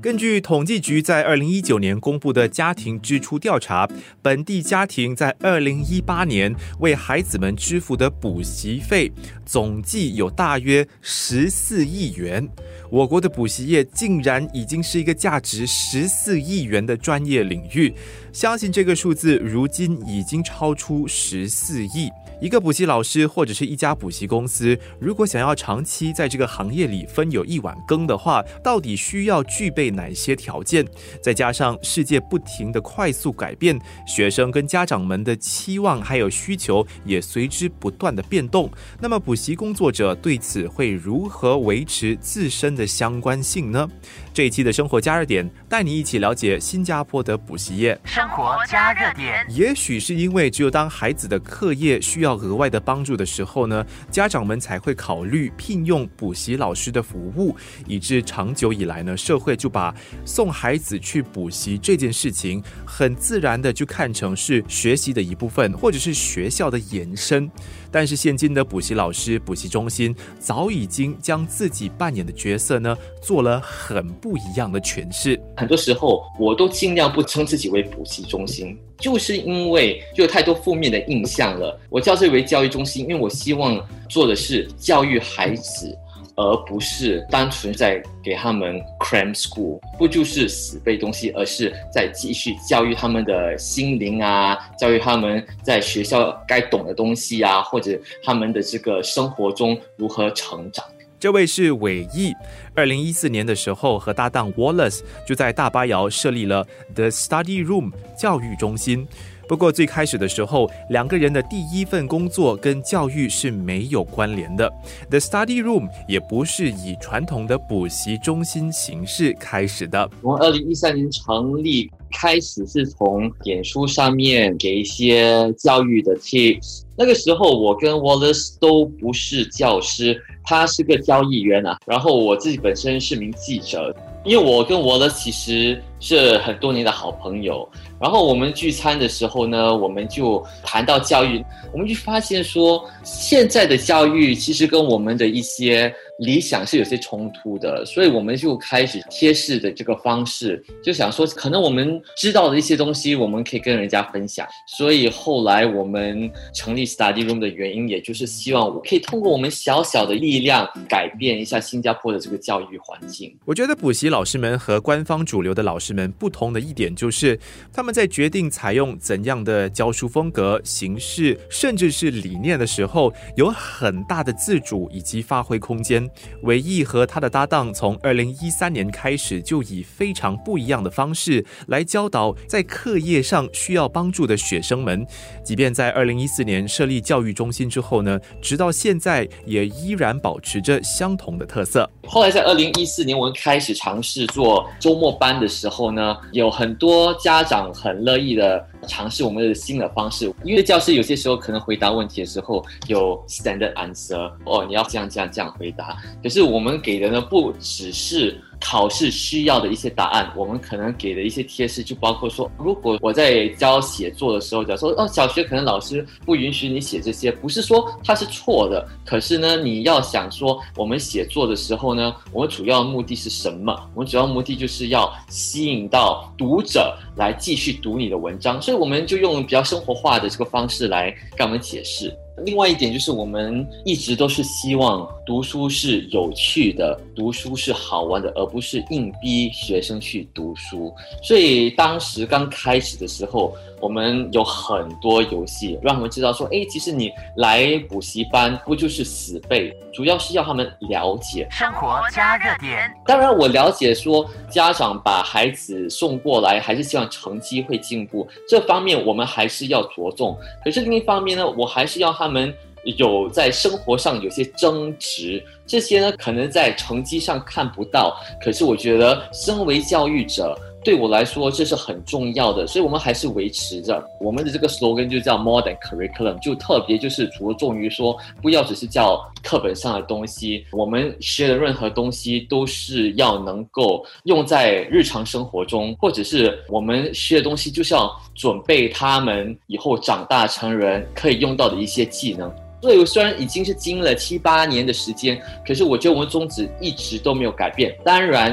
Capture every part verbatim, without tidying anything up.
根据统计局在二零一九年公布的家庭支出调查，本地家庭在二零一八年为孩子们支付的补习费总计有大约十四亿元。我国的补习业竟然已经是一个价值十四亿元的专业领域，相信这个数字如今已经超出十四亿。一个补习老师或者是一家补习公司，如果想要长期在这个行业里分有一碗羹的话，到底需要具备哪些条件？再加上世界不停的快速改变，学生跟家长们的期望还有需求也随之不断的变动，那么补习工作者对此会如何维持自身的相关性呢？这一期的生活加热点带你一起了解新加坡的补习业。 生活加热点， 也许是因为只有当孩子的课业需要额外的帮助的时候呢，家长们才会考虑聘用补习老师的服务，以致长久以来呢，社会就把送孩子去补习这件事情很自然的就看成是学习的一部分，或者是学校的延伸。但是现今的补习老师、补习中心早已经将自己扮演的角色呢，做了很不一样的诠释。 很多时候我都尽量不称自己为补习中心，就是因为就有太多负面的印象了。我叫这为教育中心，因为我希望做的是教育孩子，而不是单纯在给他们 cram school， 不就是死背东西，而是在继续教育他们的心灵啊，教育他们在学校该懂的东西啊，或者他们的这个生活中如何成长。 这位是伟毅，二零一四年的时候和搭档 Wallace 就在大巴窑设立了 The Study Room 教育中心。不过最开始的时候，两个人的第一份工作跟教育是没有关联的。The Study Room 也不是以传统的补习中心形式开始的。 从二零一三年成立开始，是从脸书上面给一些教育的 tips。那个时候我跟 Wallace 都不是教师，他是个交易员啊，然后我自己本身是名记者。因为我跟 Wallace 其实是很多年的好朋友，然后我们聚餐的时候呢，我们就谈到教育，我们就发现说，现在的教育其实跟我们的一些理想是有些冲突的，所以我们就开始贴士的这个方式，就想说可能我们知道的一些东西我们可以跟人家分享。所以后来我们成立 Study Room 的原因，也就是希望我可以通过我们小小的力量改变一下新加坡的这个教育环境。 我觉得补习老师们和官方主流的老师们不同的一点，就是他们在决定采用怎样的教书风格、形式，甚至是理念的时候，有很大的自主以及发挥空间。伟毅和他的搭档从二零一三年开始，就以非常不一样的方式来教导在课业上需要帮助的学生们。即便在二零一四年设立教育中心之后呢，直到现在也依然保持着相同的特色。 后来在二零一四年我们开始尝试做周末班的时候呢，有很多家长很乐意的尝试我们的新的方式。因为教师有些时候可能回答问题的时候有 standard answer， 哦，你要这样这样这样回答，可是我们给的呢不只是考试需要的一些答案，我们可能给的一些贴士就包括说，如果我在教写作的时候，假如说哦，小学可能老师不允许你写这些，不是说它是错的，可是呢，你要想说我们写作的时候呢，我们主要的目的是什么？我们主要目的就是要吸引到读者来继续读你的文章，所以我们就用比较生活化的这个方式来跟我们解释。另外一点就是我们一直都是希望读书是有趣的，读书是好玩的，而不是硬逼学生去读书。所以当时刚开始的时候，我们有很多游戏让他们知道说，诶，其实你来补习班不就是死背，主要是要他们了解生活加热点。 当然我了解说家长把孩子送过来还是希望成绩会进步，这方面我们还是要着重。可是另一方面呢，我还是要他们有在生活上有些争执，这些呢可能在成绩上看不到，可是我觉得身为教育者对我来说这是很重要的，所以我们还是维持着我们的这个 slogan， 就叫 more than curriculum， 就特别就是着重于说不要只是教课本上的东西，我们学的任何东西都是要能够用在日常生活中，或者是我们学的东西就是要准备他们以后长大成人可以用到的一些技能。所以虽然已经是经了七八年的时间，可是我觉得我们宗旨一直都没有改变。当然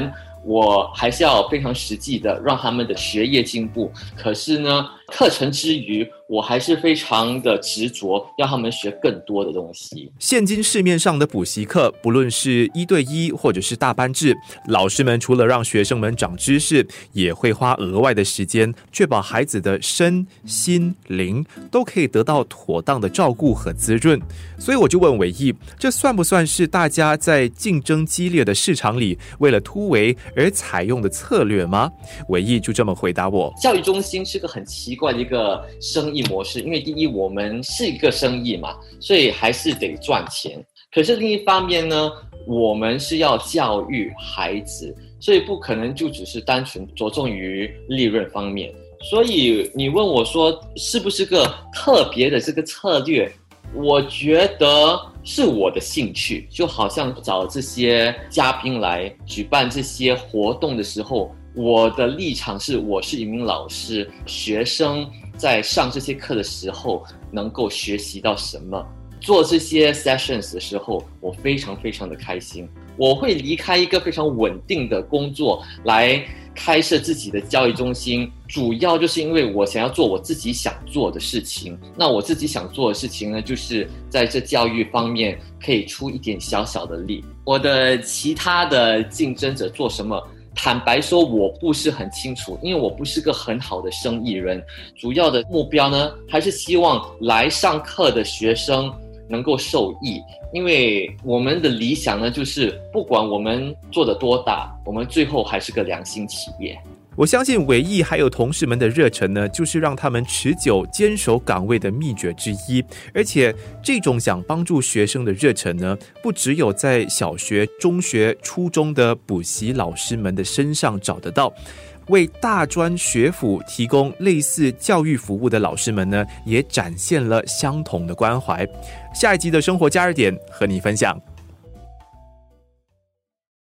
我还是要非常实际的让他们的学业进步。可是呢，课程之余，我还是非常的执着，要他们学更多的东西。 现今市面上的补习课，不论是一对一或者是大班制，老师们除了让学生们长知识，也会花额外的时间，确保孩子的身心灵都可以得到妥当的照顾和滋润。所以我就问伟毅，这算不算是大家在竞争激烈的市场里为了突围而采用的策略吗？伟毅就这么回答我： 教育中心是个很奇怪的一个生意模式，因为第一，我们是一个生意嘛，所以还是得赚钱。可是另一方面呢，我们是要教育孩子，所以不可能就只是单纯着重于利润方面。所以你问我说是不是个特别的这个策略，我觉得是我的兴趣。就好像找这些嘉宾来举办这些活动的时候，我的立场是我是一名老师，学生在上这些课的时候能够学习到什么。做这些 sessions 的时候，我非常非常的开心。我会离开一个非常稳定的工作来开设自己的教育中心，主要就是因为我想要做我自己想做的事情。那我自己想做的事情呢，就是在这教育方面可以出一点小小的力。我的其他的竞争者做什么，坦白说我不是很清楚，因为我不是个很好的生意人。主要的目标呢，还是希望来上课的学生能够受益。因为我们的理想呢，就是不管我们做得多大，我们最后还是个良心企业。 我相信伟毅还有同事们的热忱呢，就是让他们持久坚守岗位的秘诀之一。而且这种想帮助学生的热忱呢，不只有在小学、中学、初中的补习老师们的身上找得到，为大专学府提供类似教育服务的老师们呢，也展现了相同的关怀。下一集的生活加热点和你分享。